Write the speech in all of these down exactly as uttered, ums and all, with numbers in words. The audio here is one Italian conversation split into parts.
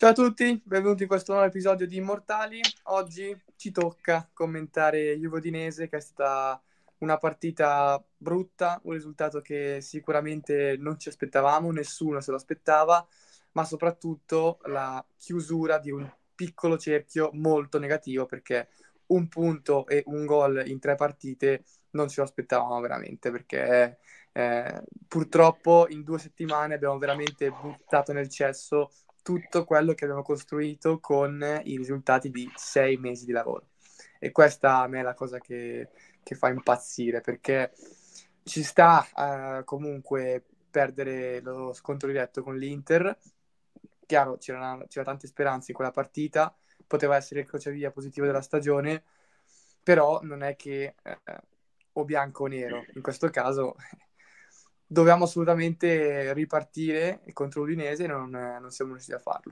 Ciao a tutti, benvenuti in questo nuovo episodio di Immortali. Oggi ci tocca commentare Juve Udinese, che è stata una partita brutta, un risultato che sicuramente non ci aspettavamo, nessuno se lo aspettava, ma soprattutto la chiusura di un piccolo cerchio molto negativo, perché un punto e un gol in tre partite non ce lo aspettavamo veramente, perché eh, purtroppo in due settimane abbiamo veramente buttato nel cesso tutto quello che abbiamo costruito con i risultati di sei mesi di lavoro. E questa a me è la cosa che, che fa impazzire, perché ci sta eh, comunque perdere lo scontro diretto con l'Inter. Chiaro, c'erano, c'era tante speranze in quella partita, poteva essere il crocevia positivo della stagione, però non è che eh, o bianco o nero. In questo caso dovevamo assolutamente ripartire contro l'Udinese e non, non siamo riusciti a farlo.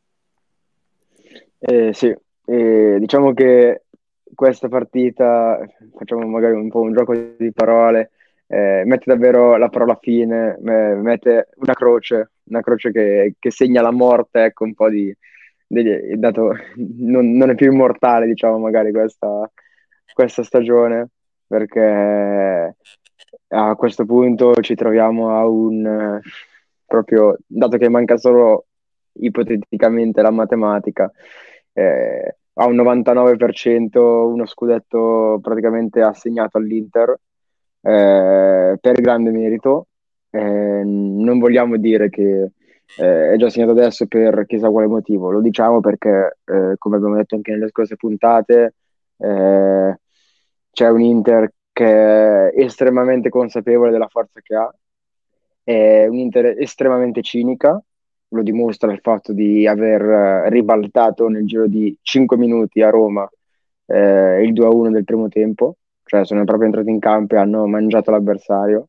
Eh, sì, eh, diciamo che questa partita, facciamo magari un po' un gioco di parole, eh, mette davvero la parola fine, me- mette una croce, una croce che, che segna la morte, ecco, un po' di... di- dato, non, non è più immortale, diciamo, magari questa, questa stagione, perché a questo punto ci troviamo a un... eh, proprio, dato che manca solo ipoteticamente la matematica, eh, ha un novantanove per cento, uno scudetto praticamente assegnato all'Inter, eh, per grande merito. Eh, non vogliamo dire che eh, è già segnato adesso per chissà quale motivo, lo diciamo perché, eh, come abbiamo detto anche nelle scorse puntate, eh, c'è un Inter che è estremamente consapevole della forza che ha, è un'Inter estremamente cinica, lo dimostra il fatto di aver eh, ribaltato nel giro di cinque minuti a Roma eh, il due a uno del primo tempo, cioè sono proprio entrati in campo e hanno mangiato l'avversario.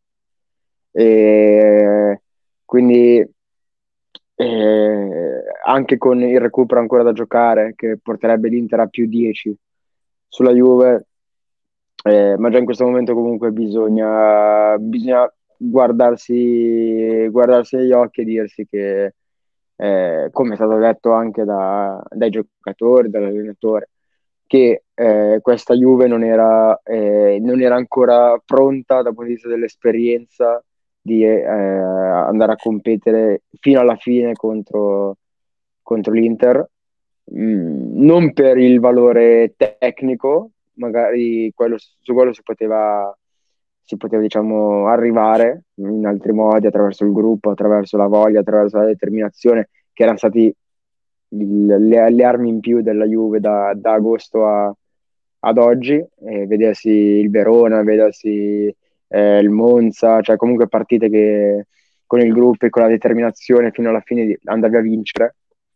E quindi eh, anche con il recupero ancora da giocare, che porterebbe l'Inter a più dieci sulla Juve, eh, ma già in questo momento comunque bisogna, bisogna guardarsi, guardarsi negli occhi e dirsi che, eh, come è stato detto anche da- dai giocatori, dall'allenatore, che eh, questa Juve non era, eh, non era ancora pronta dal punto di vista dell'esperienza di eh, andare a competere fino alla fine contro, contro l'Inter. Mm, non per il valore tecnico, magari quello, su quello si poteva, si poteva, diciamo, arrivare in altri modi, attraverso il gruppo, attraverso la voglia, attraverso la determinazione, che erano stati il- le, le armi in più della Juve da, da agosto a- ad oggi, e vedersi il Verona, vedersi eh, il Monza, cioè comunque partite che con il gruppo e con la determinazione fino alla fine di- andavi a vincere.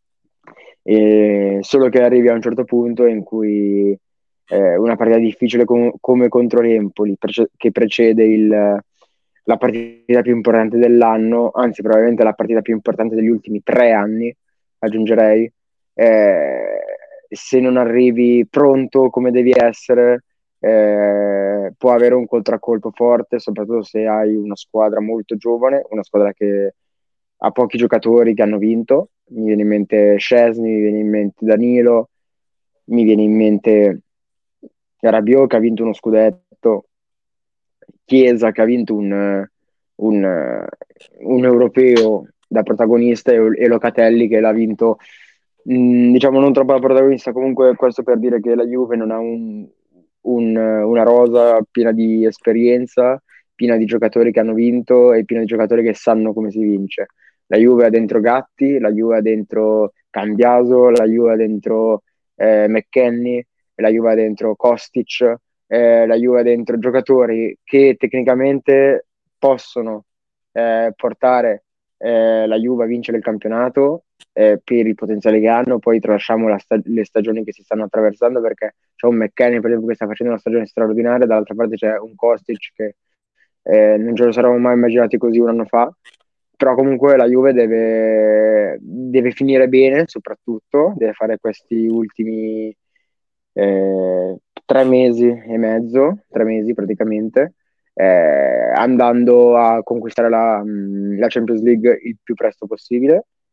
E solo che arrivi a un certo punto in cui eh, una partita difficile com- come contro l'Empoli, prece- che precede il, la partita più importante dell'anno, anzi probabilmente la partita più importante degli ultimi tre anni, aggiungerei, eh, se non arrivi pronto come devi essere, eh, può avere un contraccolpo forte, soprattutto se hai una squadra molto giovane, una squadra che ha pochi giocatori che hanno vinto. Mi viene in mente Szczesny, mi viene in mente Danilo, mi viene in mente Rabiot che ha vinto uno scudetto, Chiesa che ha vinto un, un, un europeo da protagonista e, e Locatelli che l'ha vinto, mh, diciamo non troppo da protagonista, comunque questo per dire che la Juve non ha un, un, una rosa piena di esperienza, piena di giocatori che hanno vinto e piena di giocatori che sanno come si vince. La Juve ha dentro Gatti, la Juve ha dentro Cambiaso, la Juve ha dentro eh, McKennie, la Juve ha dentro Kostic, eh, la Juve ha dentro giocatori che tecnicamente possono eh, portare eh, la Juve a vincere il campionato eh, per il potenziale che hanno. Poi tralasciamo la sta- le stagioni che si stanno attraversando, perché c'è un McKennie per esempio che sta facendo una stagione straordinaria, dall'altra parte c'è un Kostic che eh, non ce lo saremmo mai immaginati così un anno fa. Però comunque la Juve deve, deve finire bene, soprattutto deve fare questi ultimi eh, tre mesi e mezzo, tre mesi praticamente, eh, andando a conquistare la, mh, la Champions League il più presto possibile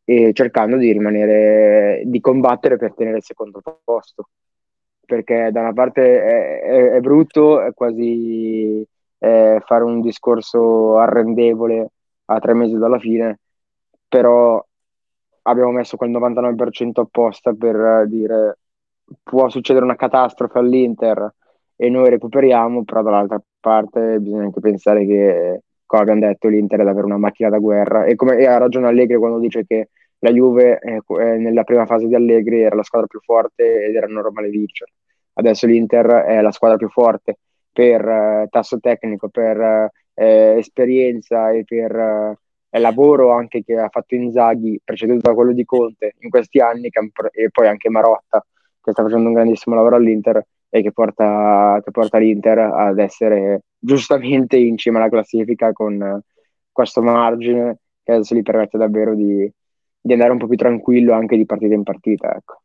e cercando di rimanere, di combattere per tenere il secondo posto, perché da una parte è, è- è brutto, è quasi eh, fare un discorso arrendevole a tre mesi dalla fine, però abbiamo messo quel novantanove per cento apposta per eh, dire può succedere una catastrofe all'Inter e noi recuperiamo, però dall'altra parte bisogna anche pensare che, come abbiamo detto, l'Inter è davvero una macchina da guerra e, come, e ha ragione Allegri quando dice che la Juve eh, eh, nella prima fase di Allegri era la squadra più forte ed era normale vincere. Adesso l'Inter è la squadra più forte per eh, tasso tecnico, per eh, esperienza e per eh, lavoro anche che ha fatto Inzaghi, preceduto da quello di Conte in questi anni, che, e poi anche Marotta, che sta facendo un grandissimo lavoro all'Inter e che porta, che porta l'Inter ad essere giustamente in cima alla classifica con eh, questo margine che adesso gli permette davvero di, di andare un po' più tranquillo anche di partita in partita. Ecco.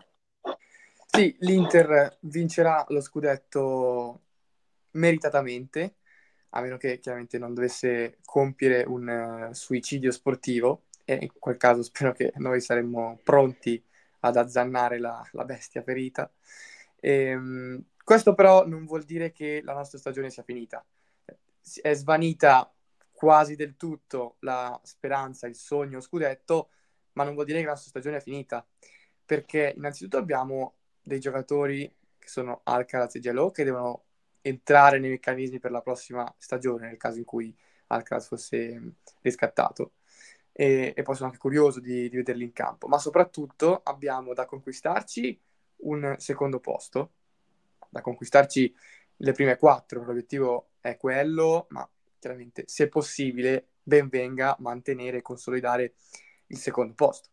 Sì, l'Inter vincerà lo scudetto meritatamente, a meno che chiaramente non dovesse compiere un uh, suicidio sportivo, e in quel caso spero che noi saremmo pronti ad azzannare la, la bestia ferita. Ehm, questo però non vuol dire che la nostra stagione sia finita. È svanita quasi del tutto la speranza, il sogno scudetto, ma non vuol dire che la nostra stagione è finita, perché innanzitutto abbiamo dei giocatori che sono Alcaraz e Giallo che devono entrare nei meccanismi per la prossima stagione nel caso in cui Alcaraz fosse riscattato e, e poi sono anche curioso di, di vederli in campo, ma soprattutto abbiamo da conquistarci un secondo posto, da conquistarci le prime quattro, l'obiettivo è quello, ma chiaramente se possibile ben venga mantenere e consolidare il secondo posto.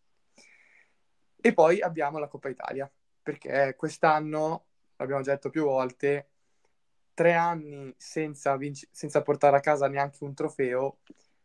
E poi abbiamo la Coppa Italia, perché quest'anno, l'abbiamo già detto più volte, tre anni senza, vinc- senza portare a casa neanche un trofeo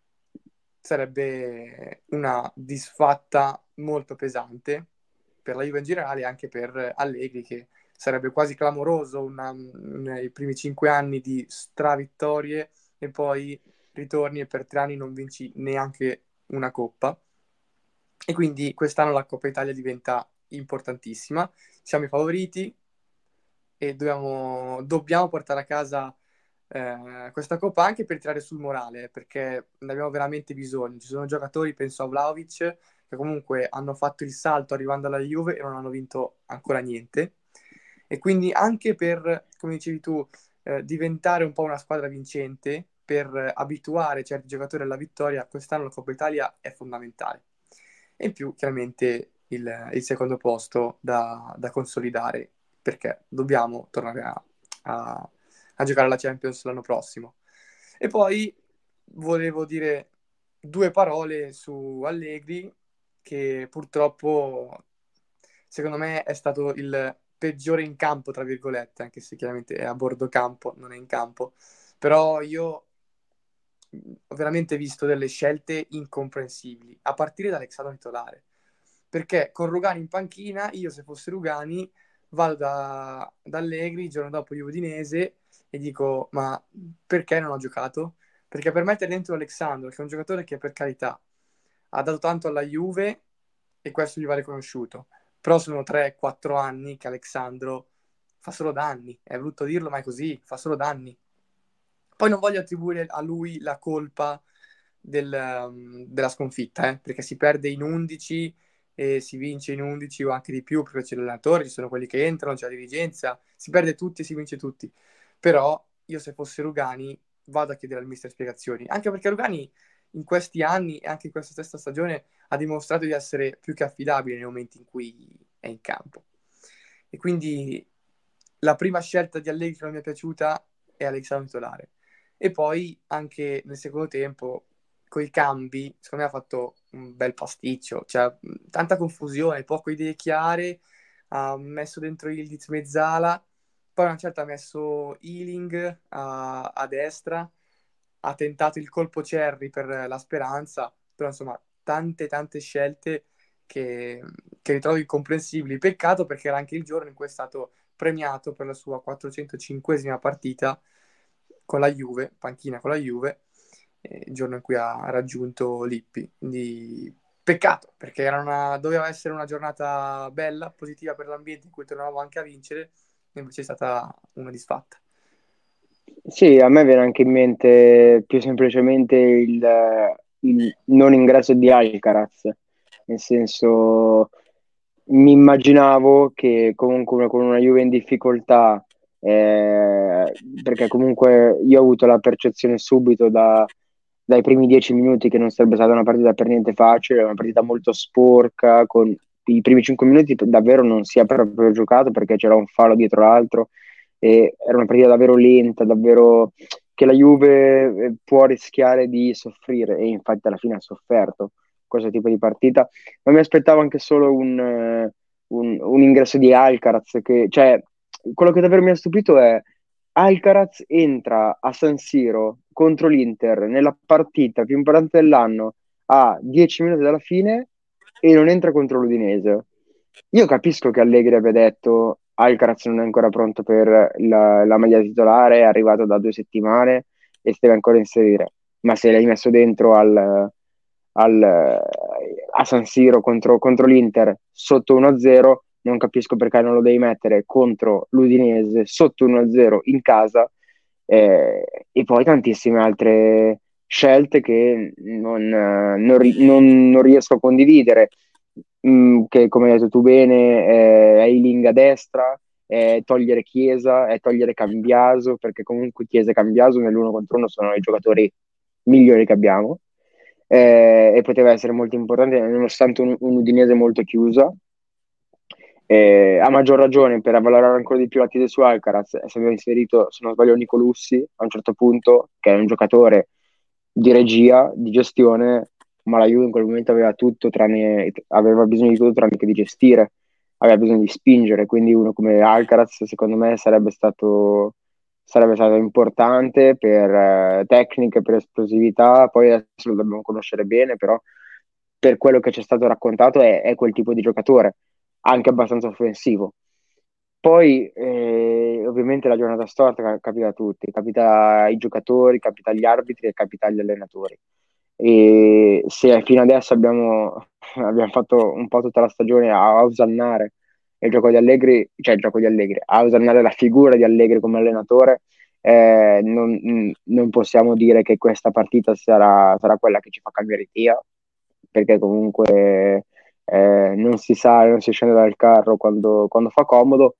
sarebbe una disfatta molto pesante per la Juve in generale e anche per Allegri, che sarebbe quasi clamoroso una, nei primi cinque anni di stravittorie e poi ritorni e per tre anni non vinci neanche una coppa. E quindi quest'anno la Coppa Italia diventa importantissima. Siamo i favoriti e dobbiamo, dobbiamo portare a casa eh, questa Coppa anche per tirare sul morale, perché ne abbiamo veramente bisogno. Ci sono giocatori, penso a Vlahovic, che comunque hanno fatto il salto arrivando alla Juve e non hanno vinto ancora niente. E quindi anche per, come dicevi tu, eh, diventare un po' una squadra vincente, per eh, abituare certi giocatori alla vittoria, quest'anno la Coppa Italia è fondamentale. E in più, chiaramente, il, il secondo posto da, da consolidare, perché dobbiamo tornare a, a, a giocare alla Champions l'anno prossimo. E poi volevo dire due parole su Allegri, che purtroppo, secondo me, è stato il peggiore in campo, tra virgolette, anche se chiaramente è a bordo campo, non è in campo. Però io ho veramente visto delle scelte incomprensibili, a partire da Alexandro titolare. Perché con Rugani in panchina, io se fossi Rugani vado da, da Allegri il giorno dopo Udinese e dico ma perché non ho giocato? Perché per mettere dentro Alexandro, che è un giocatore che per carità ha dato tanto alla Juve e questo gli va riconosciuto, però sono tre quattro anni che Alexandro fa solo danni, è brutto dirlo ma è così, fa solo danni. Poi non voglio attribuire a lui la colpa del, um, della sconfitta, eh, perché si perde in undici e si vince in undici o anche di più, perché c'è l'allenatore, ci sono quelli che entrano, c'è la dirigenza, si perde tutti e si vince tutti. Però io se fossi Rugani vado a chiedere al mister spiegazioni, anche perché Rugani in questi anni e anche in questa stessa stagione ha dimostrato di essere più che affidabile nei momenti in cui è in campo. E quindi la prima scelta di Allegri che non mi è piaciuta è Alexandro titolare. E poi anche nel secondo tempo, con i cambi, secondo me ha fatto un bel pasticcio, cioè tanta confusione, poco idee chiare, ha messo dentro Ildiz mezzala, poi a una certa ha messo Ealing a, a destra, ha tentato il colpo Cerri per la speranza, però insomma tante tante scelte che, che ritrovo incomprensibili. Peccato perché era anche il giorno in cui è stato premiato per la sua quattrocentocinquesima partita con la Juve, panchina con la Juve, eh, il giorno in cui ha raggiunto Lippi. Quindi peccato, perché era una, doveva essere una giornata bella, positiva per l'ambiente in cui tornavamo anche a vincere, e invece è stata una disfatta. Sì, a me viene anche in mente più semplicemente il, il non ingresso di Alcaraz, nel senso mi immaginavo che comunque una- con una Juve in difficoltà, eh, perché comunque io ho avuto la percezione subito da- dai primi dieci minuti che non sarebbe stata una partita per niente facile, una partita molto sporca, con i primi cinque minuti davvero non si è proprio giocato perché c'era un fallo dietro l'altro e era una partita davvero lenta, davvero che la Juve eh, può rischiare di soffrire e infatti alla fine ha sofferto questo tipo di partita, ma mi aspettavo anche solo un, eh, un- un ingresso di Alcaraz che, cioè, quello che davvero mi ha stupito è Alcaraz entra a San Siro contro l'Inter nella partita più importante dell'anno a dieci minuti dalla fine e non entra contro l'Udinese. Io capisco che Allegri abbia detto Alcaraz non è ancora pronto per la, la maglia titolare, è arrivato da due settimane e si deve ancora inserire, ma se l'hai messo dentro al, al- a San Siro contro, contro l'Inter sotto uno a zero, non capisco perché non lo devi mettere contro l'Udinese sotto uno a zero in casa, eh, e poi tantissime altre scelte che non, eh, non ri- non- non riesco a condividere. Mm, che come hai detto tu bene, è Eiling a destra, è togliere Chiesa, è togliere Cambiaso, perché comunque Chiesa e Cambiaso nell'uno contro uno sono i giocatori migliori che abbiamo, eh, e poteva essere molto importante nonostante un, un Udinese molto chiusa. Eh, a maggior ragione per avvalorare ancora di più la tese su Alcaraz, se aveva inserito, se non sbaglio, Nicolussi a un certo punto, che è un giocatore di regia, di gestione, ma la Juve in quel momento aveva tutto tranne, aveva bisogno di tutto tranne che di gestire, aveva bisogno di spingere, quindi uno come Alcaraz secondo me sarebbe stato, sarebbe stato importante per eh, tecniche, per esplosività, poi adesso lo dobbiamo conoscere bene, però per quello che ci è stato raccontato è, è quel tipo di giocatore, anche abbastanza offensivo. Poi, eh, ovviamente, la giornata storta ca- capita a tutti, capita ai giocatori, capita agli arbitri e capita agli allenatori. E se fino adesso abbiamo, abbiamo fatto un po' tutta la stagione a, a osannare il gioco di Allegri, cioè il gioco di Allegri, a osannare la figura di Allegri come allenatore, eh, non, non possiamo dire che questa partita sarà, sarà quella che ci fa cambiare idea, perché comunque eh, non si sale, non si scende dal carro quando, quando fa comodo.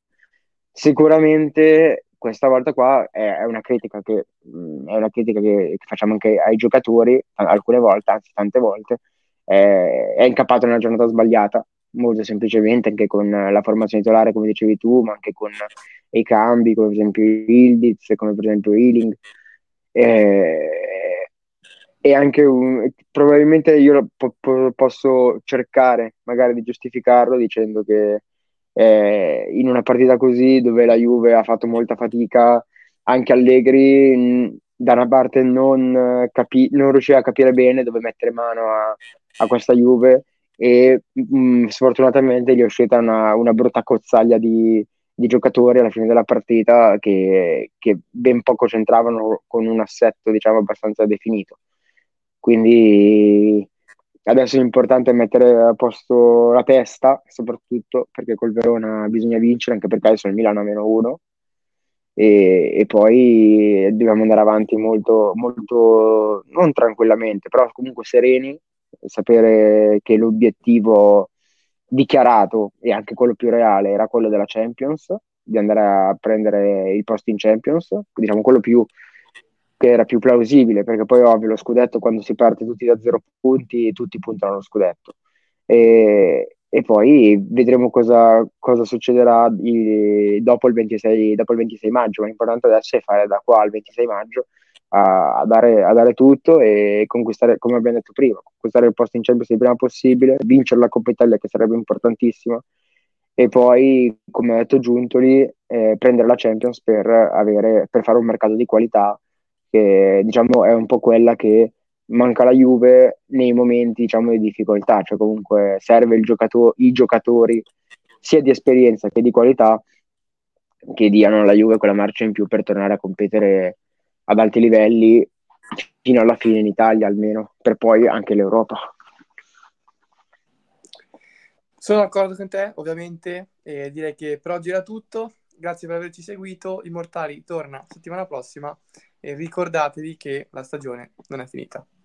Sicuramente questa volta qua è, è una critica che, mh, è una critica che, che facciamo anche ai giocatori, alcune volte, anzi tante volte, eh, è incappato nella giornata sbagliata, molto semplicemente, anche con la formazione titolare, come dicevi tu, ma anche con i cambi, come per esempio Ildiz, come per esempio Ealing. Eh, e anche un, probabilmente io lo po- po- posso cercare magari di giustificarlo dicendo che eh, in una partita così dove la Juve ha fatto molta fatica, anche Allegri mh, da una parte non, eh, capi- non riusciva a capire bene dove mettere mano a, a questa Juve e mh, sfortunatamente gli è uscita una, una brutta cozzaglia di, di giocatori alla fine della partita che, che ben poco c'entravano con un assetto diciamo abbastanza definito. Quindi adesso l'importante è mettere a posto la testa, soprattutto perché col Verona bisogna vincere, anche perché adesso il Milano a meno uno, e, e poi dobbiamo andare avanti molto, molto, non tranquillamente, però comunque sereni, sapere che l'obiettivo dichiarato e anche quello più reale era quello della Champions, di andare a prendere il posto in Champions, diciamo quello più che era più plausibile, perché poi ovvio lo scudetto quando si parte tutti da zero punti, tutti puntano allo scudetto. E, e poi vedremo cosa, cosa succederà di- dopo il ventisei, dopo il ventisei maggio, ma l'importante adesso è fare da qua al ventisei maggio a, a dare, a dare tutto e conquistare, come abbiamo detto prima, conquistare il posto in Champions il prima possibile, vincere la Coppa Italia che sarebbe importantissima e poi, come ha detto Giuntoli, eh, prendere la Champions per, avere, per fare un mercato di qualità che diciamo è un po' quella che manca la Juve nei momenti diciamo di difficoltà, cioè comunque serve il giocato- i giocatori sia di esperienza che di qualità che diano alla Juve quella marcia in più per tornare a competere ad alti livelli fino alla fine in Italia almeno, per poi anche l'Europa. Sono d'accordo con te, ovviamente, e direi che per oggi era tutto. Grazie per averci seguito. Immortali torna settimana prossima e ricordatevi che la stagione non è finita.